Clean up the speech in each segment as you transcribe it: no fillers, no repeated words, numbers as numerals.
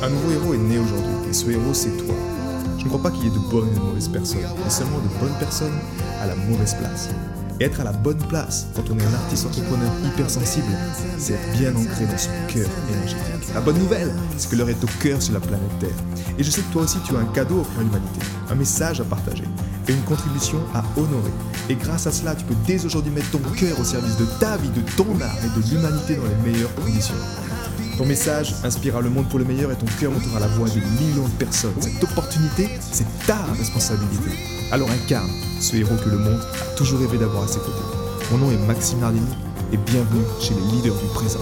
Un nouveau héros est né aujourd'hui, et ce héros, c'est toi. Je ne crois pas qu'il y ait de bonnes et de mauvaises personnes, mais seulement de bonnes personnes à la mauvaise place. Et être à la bonne place, quand on est un artiste entrepreneur hypersensible, c'est être bien ancré dans son cœur énergétique. La bonne nouvelle, c'est que l'heure est au cœur sur la planète Terre. Et je sais que toi aussi, tu as un cadeau à offrir à l'humanité, un message à partager et une contribution à honorer. Et grâce à cela, tu peux dès aujourd'hui mettre ton cœur au service de ta vie, de ton art et de l'humanité dans les meilleures conditions. Ton message inspirera le monde pour le meilleur et ton cœur montera la voix de millions de personnes. Cette opportunité, c'est ta responsabilité. Alors incarne ce héros que le monde a toujours rêvé d'avoir à ses côtés. Mon nom est Maxime Nardini et bienvenue chez les leaders du présent.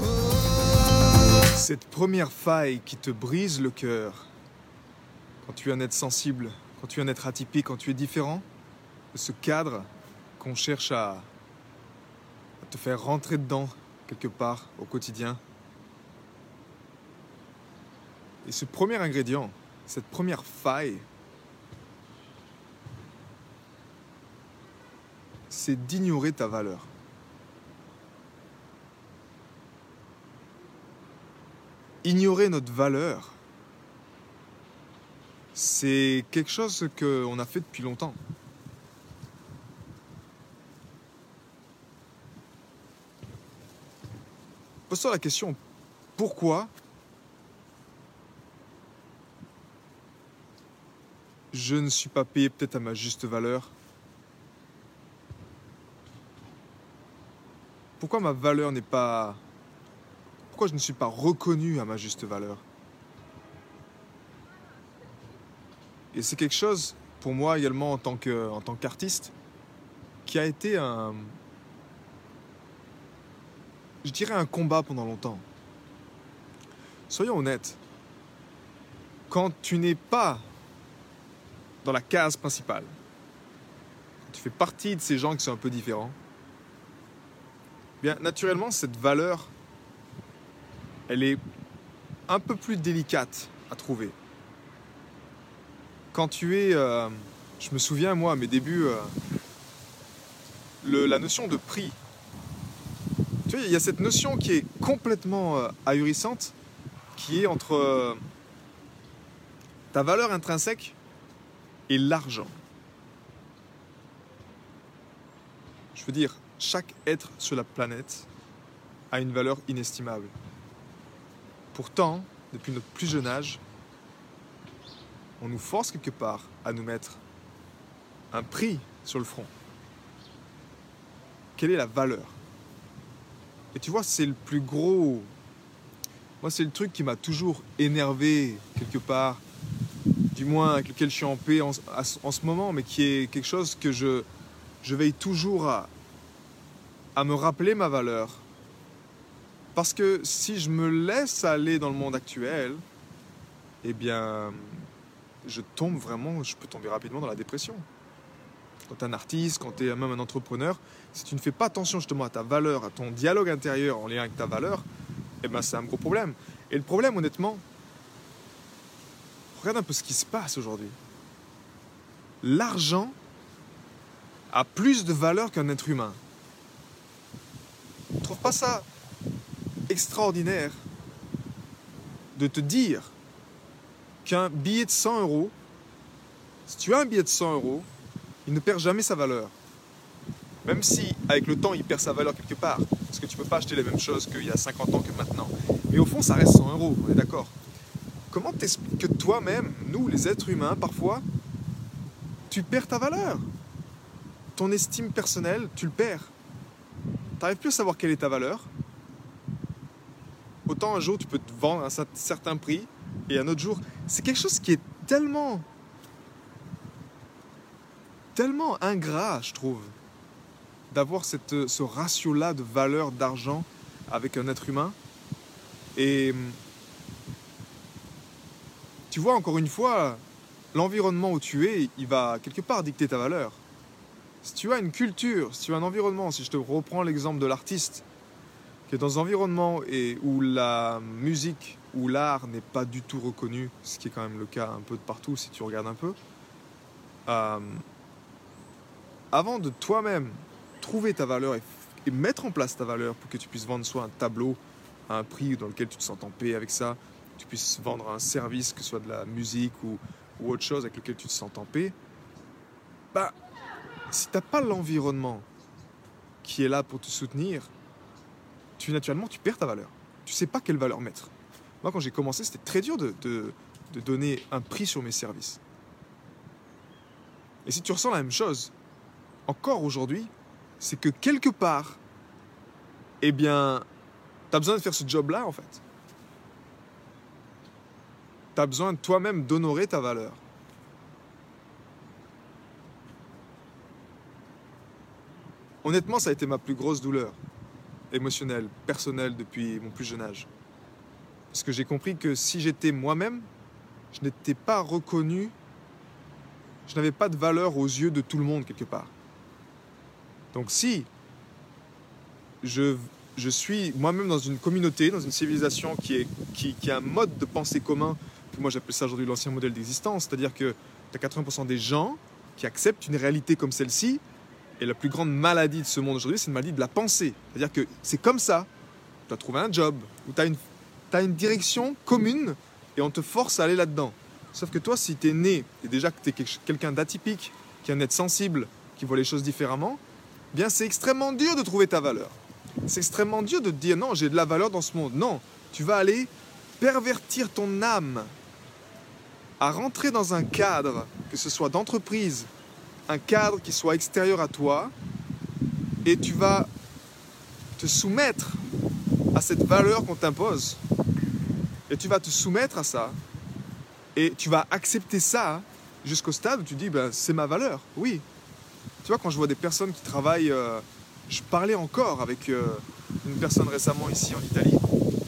Cette première faille qui te brise le cœur, quand tu es un être sensible, quand tu es un être atypique, quand tu es différent de ce cadre qu'on cherche à te faire rentrer dedans quelque part au quotidien. Et ce premier ingrédient, cette première faille, c'est d'ignorer ta valeur. Ignorer notre valeur, c'est quelque chose qu'on a fait depuis longtemps. Pose-toi la question, pourquoi je ne suis pas payé peut-être à ma juste valeur? Pourquoi ma valeur n'est pas... Pourquoi je ne suis pas reconnu à ma juste valeur? Et c'est quelque chose, pour moi également en tant qu'artiste, qui a été je dirais un combat pendant longtemps. Soyons honnêtes, quand tu n'es pas dans la case principale, quand tu fais partie de ces gens qui sont un peu différents, bien naturellement cette valeur, elle est un peu plus délicate à trouver. Quand tu es, je me souviens moi à mes débuts, la notion de prix. Tu vois, il y a cette notion qui est complètement ahurissante, qui est entre ta valeur intrinsèque et l'argent. Je veux dire, chaque être sur la planète a une valeur inestimable. Pourtant, depuis notre plus jeune âge, on nous force quelque part à nous mettre un prix sur le front. Quelle est la valeur? Et tu vois, c'est le plus gros... Moi, c'est le truc qui m'a toujours énervé quelque part, du moins avec lequel je suis en paix en ce moment, mais qui est quelque chose que je veille toujours à me rappeler ma valeur. Parce que si je me laisse aller dans le monde actuel, eh bien, je peux tomber rapidement dans la dépression. Quand tu es un artiste, quand tu es même un entrepreneur, si tu ne fais pas attention justement à ta valeur, à ton dialogue intérieur en lien avec ta valeur, eh ben, c'est un gros problème. Et le problème, honnêtement, regarde un peu ce qui se passe aujourd'hui. L'argent a plus de valeur qu'un être humain. Tu ne trouves pas ça extraordinaire de te dire qu'un billet de 100 euros, si tu as un billet de 100 euros, il ne perd jamais sa valeur. Même si, avec le temps, il perd sa valeur quelque part. Parce que tu ne peux pas acheter les mêmes choses qu'il y a 50 ans que maintenant. Mais au fond, ça reste 100 euros, on est d'accord. Comment t'expliques que toi-même, nous, les êtres humains, parfois, tu perds ta valeur? Ton estime personnelle, tu le perds. Tu n'arrives plus à savoir quelle est ta valeur. Autant un jour, tu peux te vendre à un certain prix, et un autre jour, c'est quelque chose qui est tellement ingrat, je trouve, d'avoir ce ratio-là de valeur d'argent avec un être humain. Et tu vois, encore une fois, l'environnement où tu es, il va quelque part dicter ta valeur. Si tu as une culture, si tu as un environnement, si je te reprends l'exemple de l'artiste, qui est dans un environnement où la musique ou l'art n'est pas du tout reconnu, ce qui est quand même le cas un peu de partout si tu regardes un peu, avant de toi-même trouver ta valeur et mettre en place ta valeur pour que tu puisses vendre soit un tableau à un prix dans lequel tu te sens en paix avec ça, tu puisses vendre un service, que ce soit de la musique ou autre chose avec lequel tu te sens en paix, bah, si tu n'as pas l'environnement qui est là pour te soutenir, naturellement, tu perds ta valeur. Tu ne sais pas quelle valeur mettre. Moi, quand j'ai commencé, c'était très dur de donner un prix sur mes services. Et si tu ressens la même chose, encore aujourd'hui, c'est que quelque part, eh bien, tu as besoin de faire ce job-là, en fait. Tu as besoin toi-même d'honorer ta valeur. Honnêtement, ça a été ma plus grosse douleur émotionnelle, personnelle depuis mon plus jeune âge. Parce que j'ai compris que si j'étais moi-même, je n'étais pas reconnu, je n'avais pas de valeur aux yeux de tout le monde quelque part. Donc si je suis moi-même dans une communauté, dans une civilisation qui a un mode de pensée commun, moi j'appelle ça aujourd'hui l'ancien modèle d'existence, c'est-à-dire que tu as 80% des gens qui acceptent une réalité comme celle-ci, et la plus grande maladie de ce monde aujourd'hui, c'est une maladie de la pensée. C'est-à-dire que c'est comme ça, tu as trouvé un job, où tu as une direction commune, et on te force à aller là-dedans. Sauf que toi, si tu es né, et déjà que tu es quelqu'un d'atypique, qui est un être sensible, qui voit les choses différemment, eh bien c'est extrêmement dur de trouver ta valeur. C'est extrêmement dur de te dire non, j'ai de la valeur dans ce monde. Non, tu vas aller pervertir ton âme à rentrer dans un cadre, que ce soit d'entreprise, un cadre qui soit extérieur à toi, et tu vas te soumettre à cette valeur qu'on t'impose. Et tu vas te soumettre à ça, et tu vas accepter ça jusqu'au stade où tu dis ben, c'est ma valeur, oui. Tu vois, quand je vois des personnes qui travaillent, je parlais encore avec une personne récemment ici en Italie.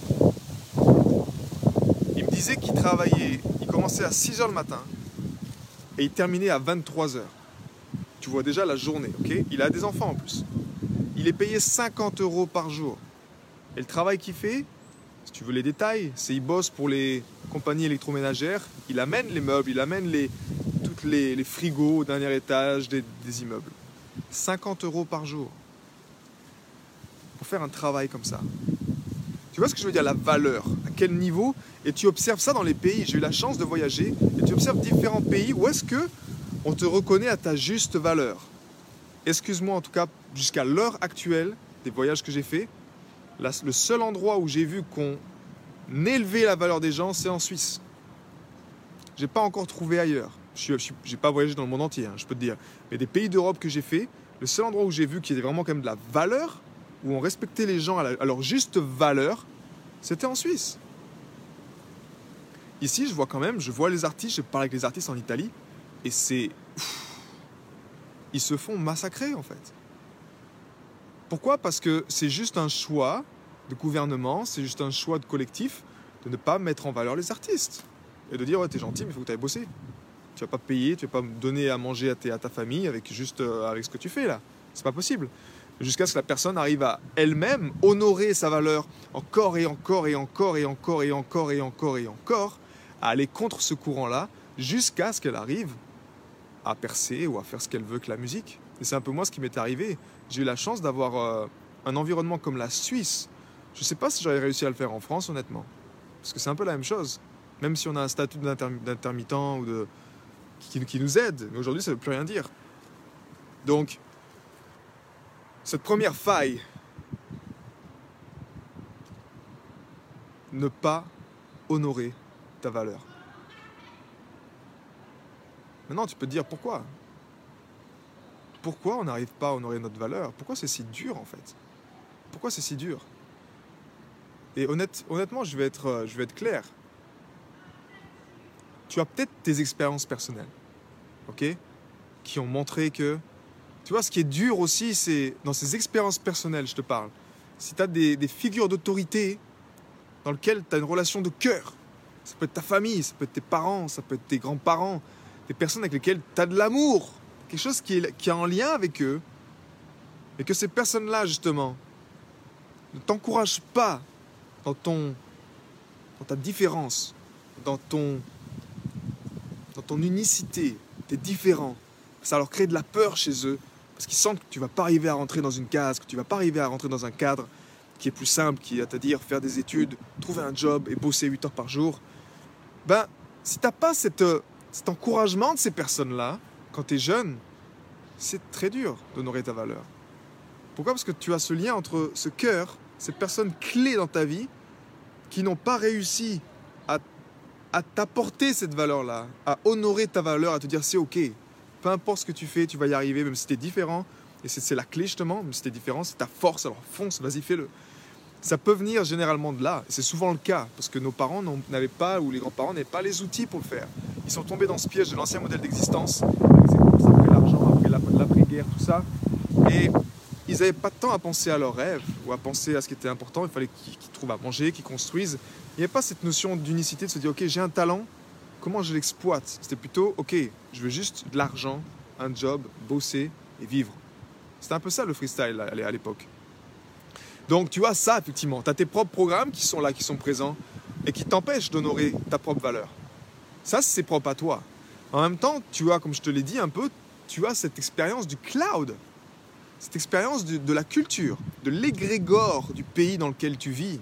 Il me disait qu'il travaillait, il commençait à 6h le matin et il terminait à 23h. Tu vois déjà la journée, ok? Il a des enfants en plus. Il est payé 50 € par jour. Et le travail qu'il fait, si tu veux les détails, c'est qu'il bosse pour les compagnies électroménagères. Il amène les meubles, il amène tous les frigos au dernier étage des immeubles. 50 € par jour. Pour faire un travail comme ça. Tu vois ce que je veux dire, la valeur, à quel niveau? Et tu observes ça dans les pays. J'ai eu la chance de voyager et tu observes différents pays où est-ce que on te reconnaît à ta juste valeur. Excuse-moi, en tout cas, jusqu'à l'heure actuelle des voyages que j'ai faits, le seul endroit où j'ai vu qu'on élevait la valeur des gens, c'est en Suisse. Je n'ai pas encore trouvé ailleurs. Je n'ai pas voyagé dans le monde entier, hein, je peux te dire. Mais des pays d'Europe que j'ai fait, le seul endroit où j'ai vu qu'il y avait vraiment quand même de la valeur, où on respectait les gens à leur juste valeur, c'était en Suisse. Ici, je vois les artistes, je parle avec les artistes en Italie, et c'est... Ils se font massacrer, en fait. Pourquoi? Parce que c'est juste un choix de gouvernement, c'est juste un choix de collectif de ne pas mettre en valeur les artistes. Et de dire, ouais, t'es gentil, mais il faut que tu ailles bosser. Tu vas pas payer, tu vas pas me donner à manger à ta famille avec ce que tu fais, là. C'est pas possible. Jusqu'à ce que la personne arrive à elle-même honorer sa valeur encore et encore et encore et encore et encore et encore et encore, à aller contre ce courant-là, jusqu'à ce qu'elle arrive à percer ou à faire ce qu'elle veut avec la musique. Et c'est un peu moi ce qui m'est arrivé. J'ai eu la chance d'avoir un environnement comme la Suisse. Je ne sais pas si j'aurais réussi à le faire en France, honnêtement. Parce que c'est un peu la même chose. Même si on a un statut d'intermittent ou qui nous aide. Mais aujourd'hui, ça ne veut plus rien dire. Donc, cette première faille, ne pas honorer ta valeur. Maintenant, tu peux te dire pourquoi. Pourquoi on n'arrive pas à honorer notre valeur? Pourquoi c'est si dur, en fait? Pourquoi c'est si dur? Et honnêtement, je vais être clair. Tu as peut-être tes expériences personnelles, ok, qui ont montré que... Tu vois, ce qui est dur aussi, c'est dans ces expériences personnelles, je te parle. Si tu as des figures d'autorité dans lesquelles tu as une relation de cœur, ça peut être ta famille, ça peut être tes parents, ça peut être tes grands-parents, des personnes avec lesquelles tu as de l'amour, quelque chose qui est en lien avec eux, et que ces personnes-là, justement, ne t'encouragent pas dans ta différence, dans ton unicité, t'es différent. Ça leur crée de la peur chez eux, parce qu'ils sentent que tu ne vas pas arriver à rentrer dans une case, que tu ne vas pas arriver à rentrer dans un cadre, qui est plus simple, qui est à te dire faire des études, trouver un job et bosser 8 heures par jour, si tu n'as pas cet encouragement de ces personnes-là, quand tu es jeune, c'est très dur d'honorer ta valeur. Pourquoi ? Parce que tu as ce lien entre ce cœur, ces personnes clés dans ta vie, qui n'ont pas réussi à t'apporter cette valeur-là, à honorer ta valeur, à te dire c'est ok, peu importe ce que tu fais, tu vas y arriver, même si t'es différent, et c'est la clé justement, même si t'es différent, c'est ta force, alors fonce, vas-y, fais-le. Ça peut venir généralement de là, et c'est souvent le cas, parce que nos parents n'avaient pas, ou les grands-parents n'avaient pas les outils pour le faire. Ils sont tombés dans ce piège de l'ancien modèle d'existence, avec ces courses après l'argent, après l'après-guerre, tout ça, et ils n'avaient pas de temps à penser à leurs rêves, ou à penser à ce qui était important, il fallait qu'ils trouvent à manger, qu'ils construisent. Il n'y avait pas cette notion d'unicité, de se dire, ok, j'ai un talent, comment je l'exploite ? C'était plutôt, ok, je veux juste de l'argent, un job, bosser et vivre. C'était un peu ça le freestyle à l'époque. Donc tu as ça, effectivement, tu as tes propres programmes qui sont là, qui sont présents, et qui t'empêchent d'honorer ta propre valeur. Ça, c'est propre à toi. En même temps, tu as, comme je te l'ai dit un peu, tu as cette expérience du cloud, cette expérience de la culture, de l'égrégore du pays dans lequel tu vis.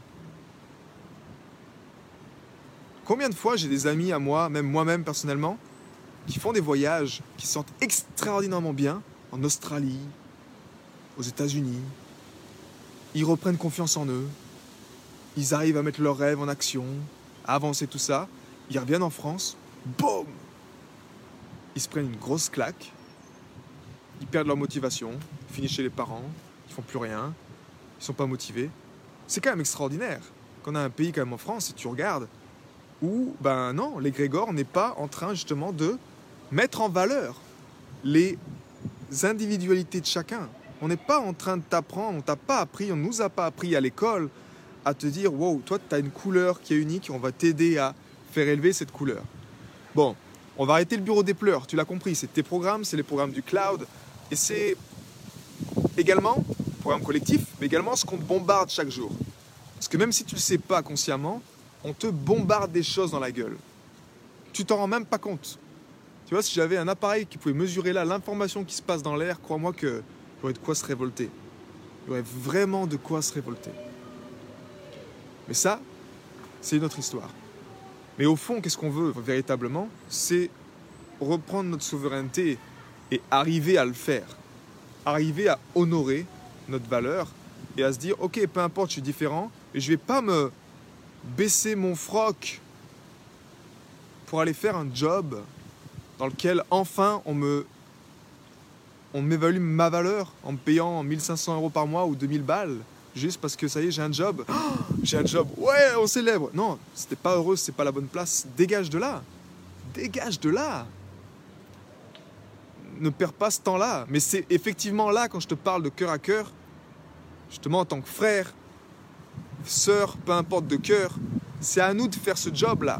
Combien de fois j'ai des amis à moi, même moi-même personnellement, qui font des voyages, qui se sentent extraordinairement bien en Australie, aux États-Unis. Ils reprennent confiance en eux. Ils arrivent à mettre leurs rêves en action, à avancer tout ça. Ils reviennent en France, boum ! Ils se prennent une grosse claque. Ils perdent leur motivation, ils finissent chez les parents, ils font plus rien, ils sont pas motivés. C'est quand même extraordinaire qu'on a un pays quand même en France, si tu regardes, où, non, l'égrégore n'est pas en train justement de mettre en valeur les individualités de chacun. On n'est pas en train de t'apprendre, on ne nous a pas appris à l'école à te dire « Wow, toi, tu as une couleur qui est unique, on va t'aider à faire élever cette couleur. » Bon, on va arrêter le bureau des pleurs, tu l'as compris, c'est tes programmes, c'est les programmes du cloud, et c'est également, programme collectif, mais également ce qu'on te bombarde chaque jour. Parce que même si tu ne le sais pas consciemment, on te bombarde des choses dans la gueule. Tu t'en rends même pas compte. Tu vois, si j'avais un appareil qui pouvait mesurer là l'information qui se passe dans l'air, crois-moi que j'aurais de quoi se révolter. Il y aurait vraiment de quoi se révolter. Mais ça, c'est une autre histoire. Mais au fond, qu'est-ce qu'on veut véritablement ? C'est reprendre notre souveraineté et arriver à le faire. Arriver à honorer notre valeur et à se dire, ok, peu importe, je suis différent, mais je ne vais pas me baisser mon froc pour aller faire un job dans lequel enfin on m'évalue ma valeur en me payant 1 500 € par mois ou 2 000 balles juste parce que ça y est, j'ai un job. Oh, j'ai un job, ouais, on célèbre. Non, si t'es pas heureux, c'est pas la bonne place. Dégage de là. Dégage de là. Ne perds pas ce temps-là. Mais c'est effectivement là, quand je te parle de cœur à cœur, justement en tant que frère, sœur, peu importe de cœur, c'est à nous de faire ce job-là.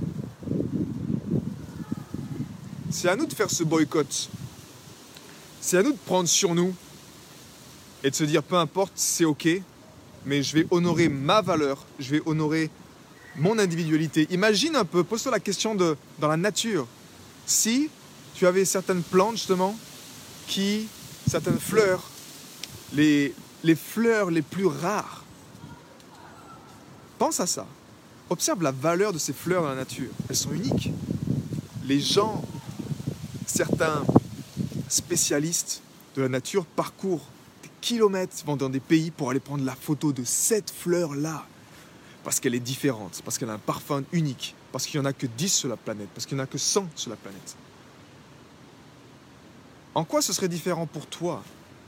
C'est à nous de faire ce boycott. C'est à nous de prendre sur nous et de se dire, peu importe, c'est ok, mais je vais honorer ma valeur, je vais honorer mon individualité. Imagine un peu, pose-toi la question dans la nature. Si tu avais certaines plantes, justement, certaines fleurs, les fleurs les plus rares, pense à ça. Observe la valeur de ces fleurs dans la nature. Elles sont uniques. Les gens, certains spécialistes de la nature parcourent des kilomètres, vont dans des pays pour aller prendre la photo de cette fleur-là. Parce qu'elle est différente, parce qu'elle a un parfum unique, parce qu'il n'y en a que 10 sur la planète, parce qu'il n'y en a que 100 sur la planète. En quoi ce serait différent pour toi ?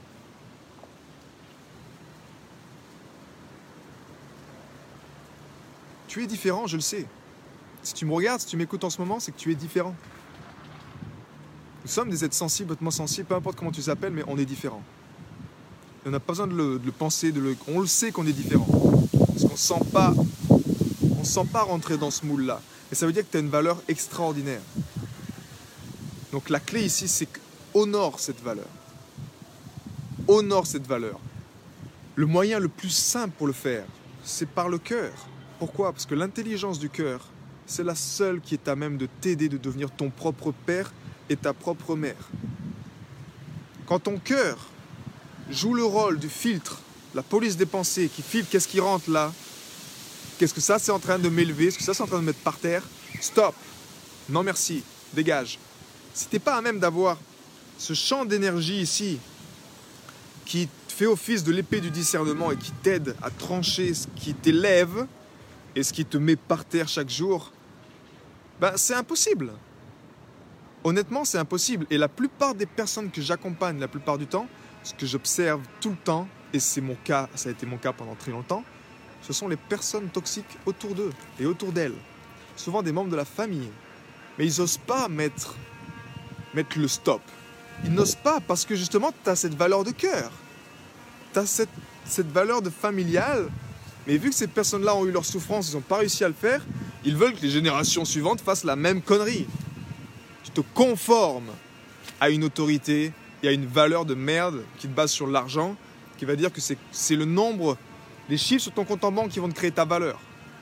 Tu es différent, je le sais. Si tu me regardes, si tu m'écoutes en ce moment, c'est que tu es différent. Nous sommes des êtres sensibles, hautement sensibles, peu importe comment tu t'appelles, mais on est différents. On n'a pas besoin de le penser, on le sait qu'on est différent. Parce qu'on ne sent pas rentrer dans ce moule-là. Et ça veut dire que tu as une valeur extraordinaire. Donc la clé ici, c'est honore cette valeur. Honore cette valeur. Le moyen le plus simple pour le faire, c'est par le cœur. Pourquoi ? Parce que l'intelligence du cœur, c'est la seule qui est à même de t'aider de devenir ton propre père et ta propre mère. Quand ton cœur joue le rôle du filtre la police des pensées qui filtre qu'est-ce qui rentre là, qu'est-ce que ça c'est en train de m'élever, est-ce que ça c'est en train de me mettre par terre, stop, non merci, dégage. Si t'es pas à même d'avoir ce champ d'énergie ici qui fait office de l'épée du discernement et qui t'aide à trancher ce qui t'élève et ce qui te met par terre chaque jour, ben c'est impossible. Honnêtement, c'est impossible. Et la plupart des personnes que j'accompagne, la plupart du temps, ce que j'observe tout le temps, et c'est mon cas, ça a été mon cas pendant très longtemps, ce sont les personnes toxiques autour d'eux et autour d'elles. Souvent des membres de la famille. Mais ils n'osent pas mettre le stop. Ils n'osent pas parce que justement, tu as cette valeur de cœur. Tu as cette valeur de familiale. Mais vu que ces personnes-là ont eu leur souffrance, ils n'ont pas réussi à le faire, ils veulent que les générations suivantes fassent la même connerie. Tu te conformes à une autorité et à une valeur de merde qui te base sur l'argent, qui va dire que c'est le nombre, les chiffres sur ton compte en banque qui vont te créer ta valeur.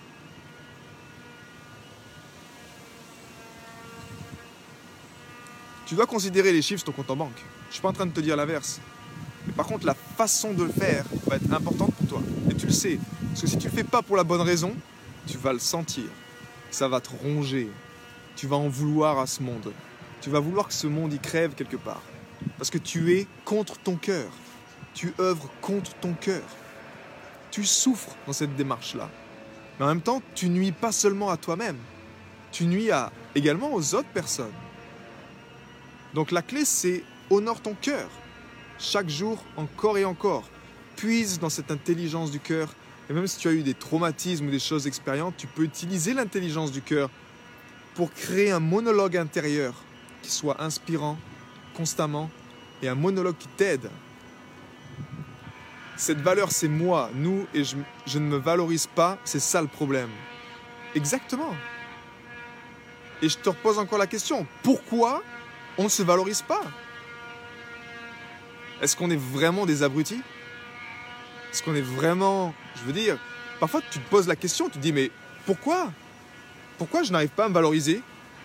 Tu dois considérer les chiffres sur ton compte en banque. Je ne suis pas en train de te dire l'inverse. Mais par contre, la façon de le faire va être importante pour toi. Et tu le sais. Parce que si tu ne le fais pas pour la bonne raison, tu vas le sentir. Ça va te ronger. Tu vas en vouloir à ce monde. Tu vas vouloir que ce monde y crève quelque part. Parce que tu es contre ton cœur. Tu œuvres contre ton cœur. Tu souffres dans cette démarche-là. Mais en même temps, tu nuis pas seulement à toi-même. Tu nuis également aux autres personnes. Donc la clé, c'est honore ton cœur. Chaque jour, encore et encore. Puise dans cette intelligence du cœur. Et même si tu as eu des traumatismes ou des choses expérientes, tu peux utiliser l'intelligence du cœur pour créer un monologue intérieur qui soit inspirant constamment et un monologue qui t'aide. Cette valeur, c'est moi, nous, et je ne me valorise pas, c'est ça le problème. Exactement. Et je te repose encore la question, pourquoi on ne se valorise pas? Est-ce qu'on est vraiment des abrutis? Est-ce qu'on est vraiment... Je veux dire, parfois tu te poses la question, tu te dis, mais pourquoi? Pourquoi je n'arrive pas à me valoriser?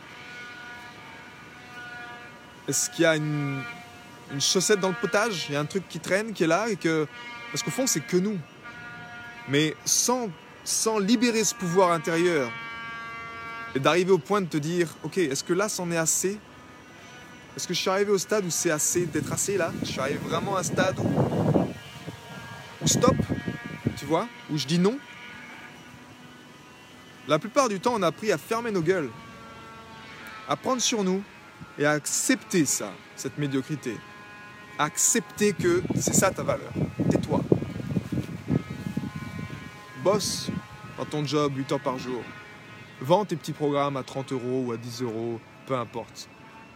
Est-ce qu'il y a une chaussette dans le potage? Il y a un truc qui traîne, qui est là, et que... Parce qu'au fond, c'est que nous. Mais sans libérer ce pouvoir intérieur et d'arriver au point de te dire, ok, est-ce que là, c'en est assez? Est-ce que je suis arrivé au stade où c'est assez d'être assez là? Je suis arrivé vraiment à un stade où stop, tu vois, où je dis non. La plupart du temps, on a appris à fermer nos gueules, à prendre sur nous et à accepter ça, cette médiocrité. À accepter que c'est ça ta valeur. Tais-toi. Bosse dans ton job 8 heures par jour. Vends tes petits programmes à 30 € ou à 10 €, peu importe.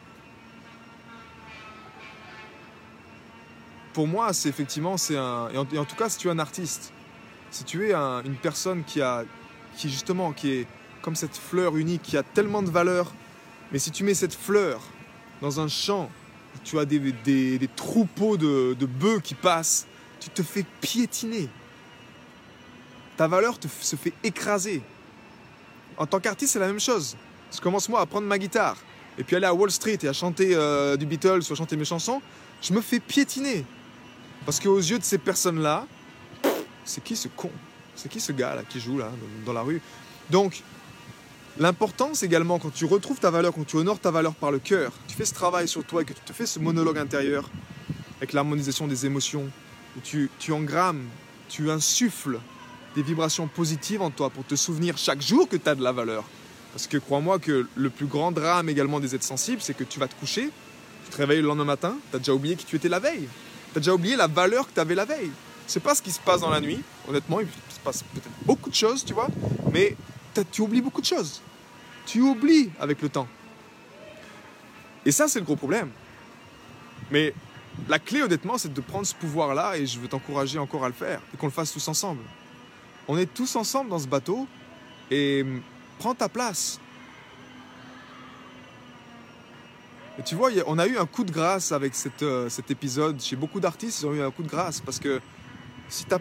Pour moi, c'est effectivement, et en tout cas, si tu es un artiste, si tu es une personne qui est comme cette fleur unique, qui a tellement de valeur, mais si tu mets cette fleur dans un champ, où tu as des troupeaux de bœufs qui passent, tu te fais piétiner. Ta valeur se fait écraser. En tant qu'artiste, c'est la même chose. Je commence moi à prendre ma guitare, et puis aller à Wall Street et à chanter du Beatles ou à chanter mes chansons, je me fais piétiner. Parce qu'aux yeux de ces personnes-là, c'est qui ce con? C'est qui ce gars-là qui joue là, dans la rue? Donc, l'importance également, quand tu retrouves ta valeur, quand tu honores ta valeur par le cœur, tu fais ce travail sur toi et que tu te fais ce monologue intérieur avec l'harmonisation des émotions, où tu engrammes, tu insuffles des vibrations positives en toi pour te souvenir chaque jour que tu as de la valeur. Parce que crois-moi que le plus grand drame également des êtres sensibles, c'est que tu vas te coucher, tu te réveilles le lendemain matin, tu as déjà oublié qui tu étais la veille. Tu as déjà oublié la valeur que tu avais la veille. C'est pas ce qui se passe dans la nuit, honnêtement, il se passe peut-être beaucoup de choses, tu vois, mais tu oublies beaucoup de choses. Tu oublies avec le temps. Et ça, c'est le gros problème. Mais la clé, honnêtement, c'est de prendre ce pouvoir-là, et je veux t'encourager encore à le faire, et qu'on le fasse tous ensemble. On est tous ensemble dans ce bateau, et prends ta place. Et tu vois, on a eu un coup de grâce avec cet épisode. Chez beaucoup d'artistes, ils ont eu un coup de grâce, parce que si tu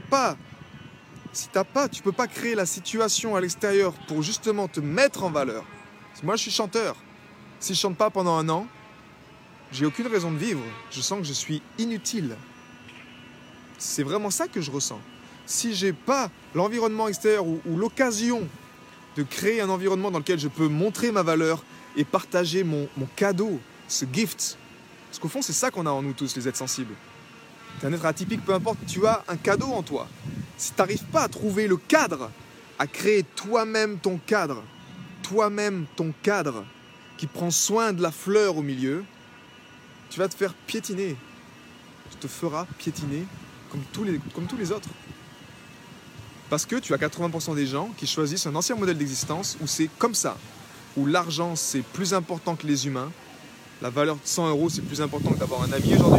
peux pas créer la situation à l'extérieur pour justement te mettre en valeur. Moi, je suis chanteur. Si je chante pas pendant 1 an, j'ai aucune raison de vivre. Je sens que je suis inutile. C'est vraiment ça que je ressens. Si j'ai pas l'environnement extérieur ou l'occasion de créer un environnement dans lequel je peux montrer ma valeur et partager mon cadeau, ce gift. Parce qu'au fond, c'est ça qu'on a en nous tous, les êtres sensibles. Tu es un être atypique, peu importe, tu as un cadeau en toi. Si tu n'arrives pas à trouver le cadre, à créer toi-même ton cadre qui prend soin de la fleur au milieu, tu vas te faire piétiner. Tu te feras piétiner comme tous les autres. Parce que tu as 80% des gens qui choisissent un ancien modèle d'existence où c'est comme ça, où l'argent c'est plus important que les humains, la valeur de 100 € c'est plus important que d'avoir un ami aujourd'hui.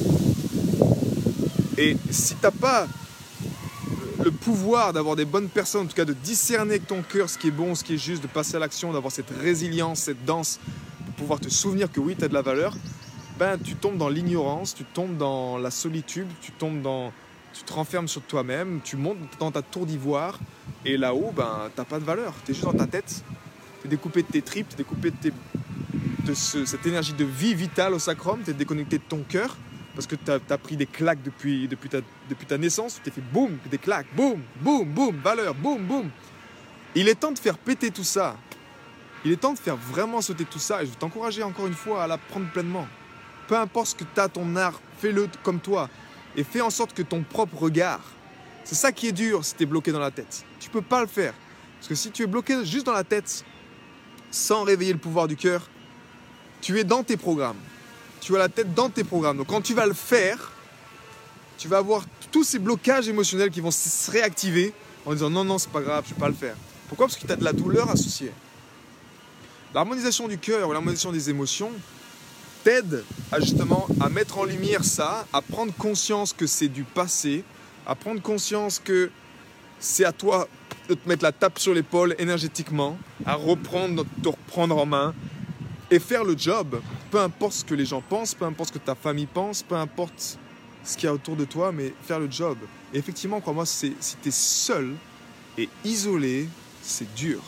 Et si tu n'as pas le pouvoir d'avoir des bonnes personnes, en tout cas de discerner avec ton cœur ce qui est bon, ce qui est juste, de passer à l'action, d'avoir cette résilience, cette danse, de pouvoir te souvenir que oui, tu as de la valeur, ben tu tombes dans l'ignorance, tu tombes dans la solitude, tu te renfermes sur toi-même, tu montes dans ta tour d'ivoire et là-haut, ben, t'as pas de valeur. Tu es juste dans ta tête, tu es découpé de tes tripes, tu es découpé de cette énergie de vie vitale au sacrum, tu es déconnecté de ton cœur parce que tu as pris des claques depuis ta naissance, tu t'es fait boum, des claques, boum, boum, boum, valeur, boum, boum. Il est temps de faire péter tout ça. Il est temps de faire vraiment sauter tout ça et je veux t'encourager encore une fois à l'apprendre pleinement. Peu importe ce que tu as, ton art, fais-le comme toi. Et fais en sorte que ton propre regard, c'est ça qui est dur si tu es bloqué dans la tête. Tu ne peux pas le faire. Parce que si tu es bloqué juste dans la tête, sans réveiller le pouvoir du cœur, tu es dans tes programmes. Tu as la tête dans tes programmes. Donc quand tu vas le faire, tu vas avoir tous ces blocages émotionnels qui vont se réactiver en disant non, c'est pas grave, je ne vais pas le faire. Pourquoi ? Parce que tu as de la douleur associée. L'harmonisation du cœur ou l'harmonisation des émotions t'aide justement à mettre en lumière ça, à prendre conscience que c'est du passé, à prendre conscience que c'est à toi de te mettre la tape sur l'épaule énergétiquement, à te reprendre en main et faire le job. Peu importe ce que les gens pensent, peu importe ce que ta famille pense, peu importe ce qu'il y a autour de toi, mais faire le job. Et effectivement, crois-moi, si tu es seul et isolé, c'est dur.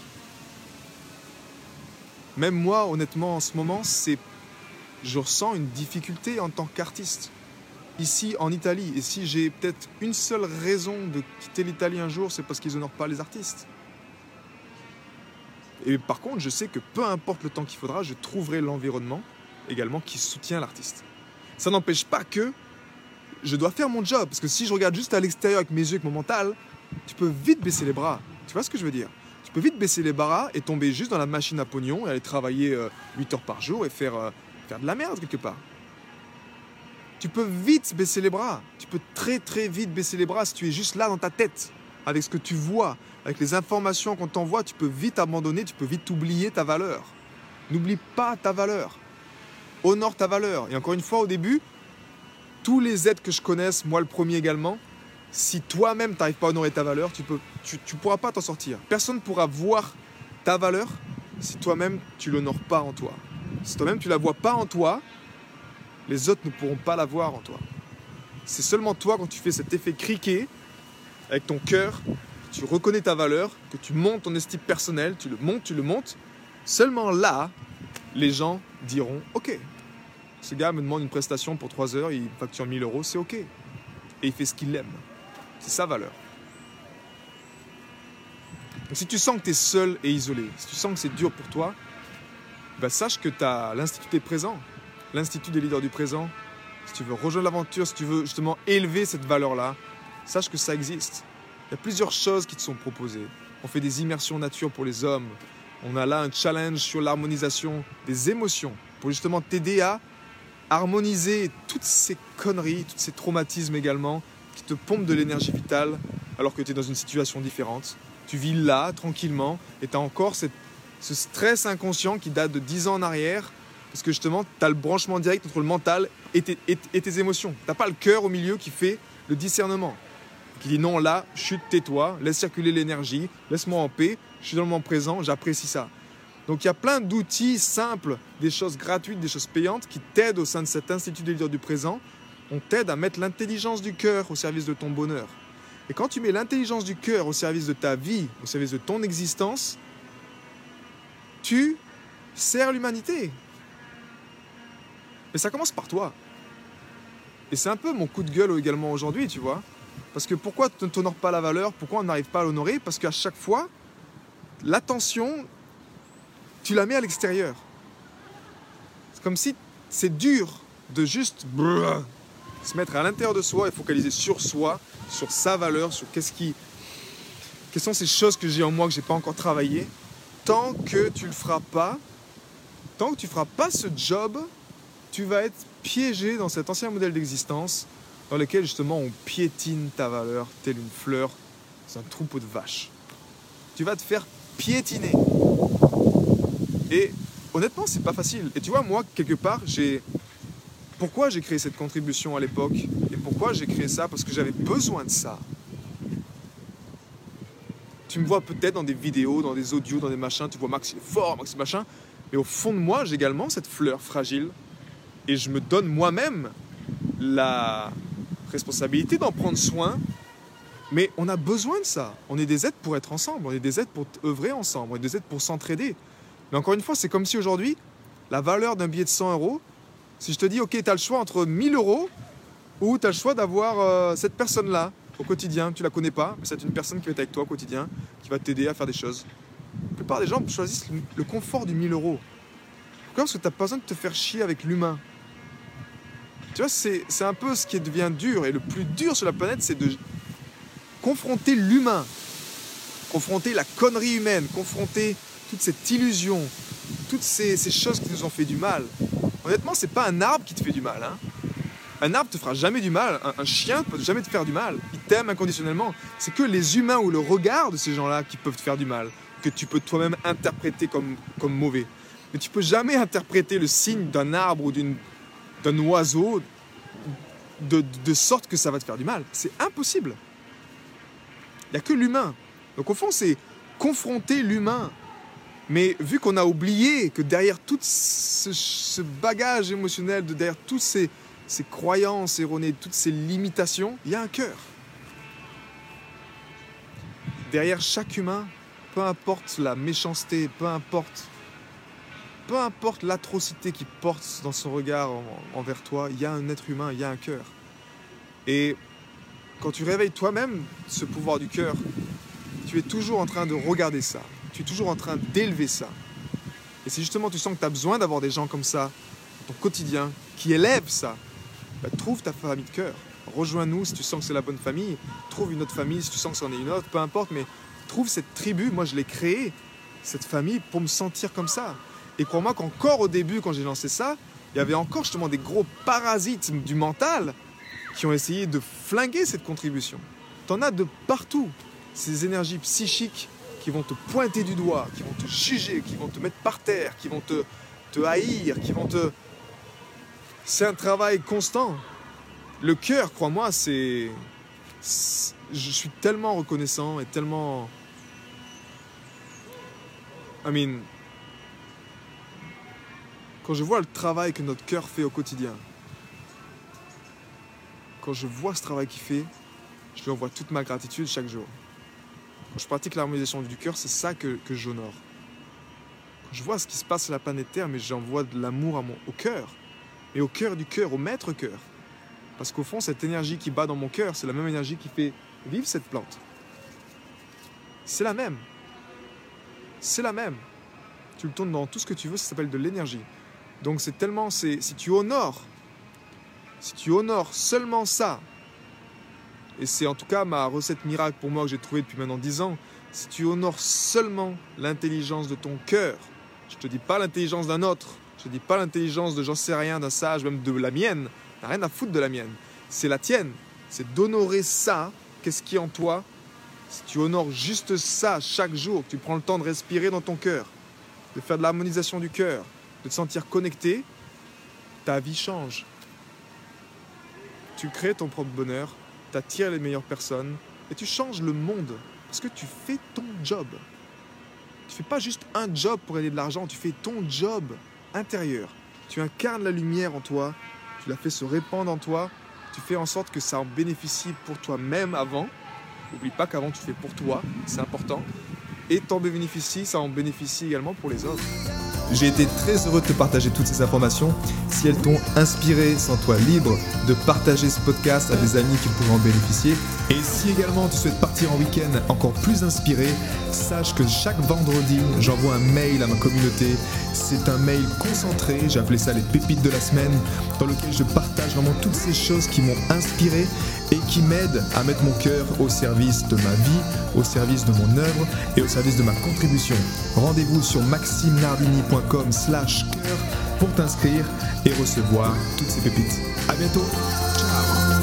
Même moi, honnêtement, en ce moment, je ressens une difficulté en tant qu'artiste. Ici, en Italie, et si j'ai peut-être une seule raison de quitter l'Italie un jour, c'est parce qu'ils n'honorent pas les artistes. Et par contre, je sais que peu importe le temps qu'il faudra, je trouverai l'environnement également qui soutient l'artiste. Ça n'empêche pas que je dois faire mon job, parce que si je regarde juste à l'extérieur avec mes yeux, avec mon mental, tu peux vite baisser les bras. Tu vois ce que je veux dire ? Tu peux vite baisser les bras et tomber juste dans la machine à pognon et aller travailler 8 heures par jour et faire de la merde quelque part. Tu peux vite baisser les bras. Tu peux très très vite baisser les bras si tu es juste là dans ta tête, avec ce que tu vois, avec les informations qu'on t'envoie, tu peux vite abandonner, tu peux vite oublier ta valeur. N'oublie pas ta valeur. Honore ta valeur. Et encore une fois, au début, tous les êtres que je connaisse, moi le premier également, si toi-même tu n'arrives pas à honorer ta valeur, tu pourras pas t'en sortir. Personne ne pourra voir ta valeur si toi-même tu ne l'honores pas en toi. Si toi-même tu ne la vois pas en toi, les autres ne pourront pas la voir en toi. C'est seulement toi, quand tu fais cet effet criquet, avec ton cœur, tu reconnais ta valeur, que tu montes ton estime personnelle, tu le montes, seulement là, les gens diront « Ok, ce gars me demande une prestation pour 3 heures, il facture 1 000 €, c'est ok. » Et il fait ce qu'il aime. C'est sa valeur. Donc si tu sens que tu es seul et isolé, si tu sens que c'est dur pour toi, bah sache que tu as l'Institut des présents, l'Institut des leaders du présent. Si tu veux rejoindre l'aventure, si tu veux justement élever cette valeur-là, sache que ça existe. Il y a plusieurs choses qui te sont proposées. On fait des immersions nature pour les hommes. On a là un challenge sur l'harmonisation des émotions pour justement t'aider à harmoniser toutes ces conneries, tous ces traumatismes également qui te pompent de l'énergie vitale alors que tu es dans une situation différente. Tu vis là, tranquillement, et tu as encore ce stress inconscient qui date de 10 ans en arrière parce que justement, tu as le branchement direct entre le mental et tes émotions. Tu n'as pas le cœur au milieu qui fait le discernement. Qui dit non, là, chute, tais-toi, laisse circuler l'énergie, laisse-moi en paix, je suis dans le moment présent, j'apprécie ça. Donc il y a plein d'outils simples, des choses gratuites, des choses payantes qui t'aident au sein de cet Institut des leaders du présent. On t'aide à mettre l'intelligence du cœur au service de ton bonheur. Et quand tu mets l'intelligence du cœur au service de ta vie, au service de ton existence, tu sers l'humanité. Mais ça commence par toi. Et c'est un peu mon coup de gueule également aujourd'hui, tu vois. Parce que pourquoi tu n'honores pas la valeur? Pourquoi on n'arrive pas à l'honorer? Parce qu'à chaque fois, l'attention, tu la mets à l'extérieur. C'est comme si c'est dur de juste se mettre à l'intérieur de soi et focaliser sur soi, sur sa valeur, sur quelles sont ces choses que j'ai en moi que j'ai pas encore travaillé. Tant que tu le feras pas, tant que tu feras pas ce job, tu vas être piégé dans cet ancien modèle d'existence dans lequel justement on piétine ta valeur telle une fleur dans un troupeau de vaches. Tu vas te faire piétiner. Et honnêtement, c'est pas facile. Et tu vois, moi, quelque part, pourquoi j'ai créé cette contribution à l'époque et pourquoi j'ai créé ça? Parce que j'avais besoin de ça. Tu me vois peut-être dans des vidéos, dans des audios, dans des machins, tu vois Max il est fort, Max machin, mais au fond de moi, j'ai également cette fleur fragile et je me donne moi-même la responsabilité d'en prendre soin, mais on a besoin de ça. On est des êtres pour être ensemble, on est des êtres pour œuvrer ensemble, on est des êtres pour s'entraider. Mais encore une fois, c'est comme si aujourd'hui, la valeur d'un billet de 100 €, si je te dis, ok, tu as le choix entre 1000 € ou tu as le choix d'avoir cette personne-là au quotidien, tu la connais pas, mais c'est une personne qui va être avec toi au quotidien, qui va t'aider à faire des choses. La plupart des gens choisissent le confort du 1000 €. Pourquoi? Parce que tu n'as pas besoin de te faire chier avec l'humain. Tu vois, c'est un peu ce qui devient dur. Et le plus dur sur la planète, c'est de confronter l'humain, confronter la connerie humaine, confronter toute cette illusion, toutes ces choses qui nous ont fait du mal. Honnêtement, c'est pas un arbre qui te fait du mal. Hein. Un arbre te fera jamais du mal. Un chien ne peut jamais te faire du mal. Il t'aime inconditionnellement. C'est que les humains ou le regard de ces gens-là qui peuvent te faire du mal, que tu peux toi-même interpréter comme mauvais. Mais tu peux jamais interpréter le signe d'un arbre ou d'un oiseau de sorte que ça va te faire du mal. C'est impossible. Il n'y a que l'humain. Donc au fond, c'est confronter l'humain. Mais vu qu'on a oublié que derrière tout ce bagage émotionnel, derrière toutes ces croyances erronées, toutes ces limitations, il y a un cœur. Derrière chaque humain, peu importe la méchanceté, peu importe l'atrocité qu'il porte dans son regard envers toi, il y a un être humain, il y a un cœur. Et quand tu réveilles toi-même ce pouvoir du cœur, tu es toujours en train de regarder ça. Tu es toujours en train d'élever ça. Et si justement tu sens que tu as besoin d'avoir des gens comme ça dans ton quotidien, qui élèvent ça, trouve ta famille de cœur. Rejoins-nous si tu sens que c'est la bonne famille. Trouve une autre famille si tu sens que c'en est une autre. Peu importe, mais trouve cette tribu. Moi, je l'ai créée, cette famille, pour me sentir comme ça. Et crois-moi qu'encore au début, quand j'ai lancé ça, il y avait encore justement des gros parasites du mental qui ont essayé de flinguer cette contribution. T'en as de partout. Ces énergies psychiques qui vont te pointer du doigt, qui vont te juger, qui vont te mettre par terre, qui vont te haïr, qui vont te... C'est un travail constant. Le cœur, crois-moi, je suis tellement reconnaissant et tellement... Quand je vois le travail que notre cœur fait au quotidien, quand je vois ce travail qu'il fait, je lui envoie toute ma gratitude chaque jour. Quand je pratique l'harmonisation du cœur, c'est ça que j'honore. Quand je vois ce qui se passe sur la planète Terre, mais j'envoie de l'amour au cœur. Et au cœur du cœur, au maître cœur. Parce qu'au fond, cette énergie qui bat dans mon cœur, c'est la même énergie qui fait vivre cette plante. C'est la même. C'est la même. Tu le tournes dans tout ce que tu veux, ça s'appelle de l'énergie. Donc c'est tellement... si tu honores seulement ça, et c'est en tout cas ma recette miracle pour moi que j'ai trouvée depuis maintenant 10 ans, si tu honores seulement l'intelligence de ton cœur, je ne te dis pas l'intelligence d'un autre, je ne te dis pas l'intelligence de j'en sais rien, d'un sage, même de la mienne, t'as rien à foutre de la mienne, c'est la tienne, c'est d'honorer ça, qu'est-ce qui est en toi, si tu honores juste ça chaque jour, que tu prends le temps de respirer dans ton cœur, de faire de l'harmonisation du cœur, de te sentir connecté, ta vie change. Tu crées ton propre bonheur, tu attires les meilleures personnes et tu changes le monde parce que tu fais ton job. Tu ne fais pas juste un job pour gagner de l'argent, tu fais ton job intérieur. Tu incarnes la lumière en toi, tu la fais se répandre en toi, tu fais en sorte que ça en bénéficie pour toi-même avant. N'oublie pas qu'avant tu fais pour toi, c'est important. Et t'en bénéficies, ça en bénéficie également pour les autres. J'ai été très heureux de te partager toutes ces informations. Si elles t'ont inspiré, sens-toi libre de partager ce podcast à des amis qui pourraient en bénéficier. Et si également tu souhaites partir en week-end encore plus inspiré, sache que chaque vendredi, j'envoie un mail à ma communauté. C'est un mail concentré, j'ai appelé ça les pépites de la semaine, dans lequel je partage vraiment toutes ces choses qui m'ont inspiré et qui m'aident à mettre mon cœur au service de ma vie, au service de mon œuvre et au service de ma contribution. Rendez-vous sur maximenardini.com/cœur pour t'inscrire et recevoir toutes ces pépites. À bientôt. Ciao.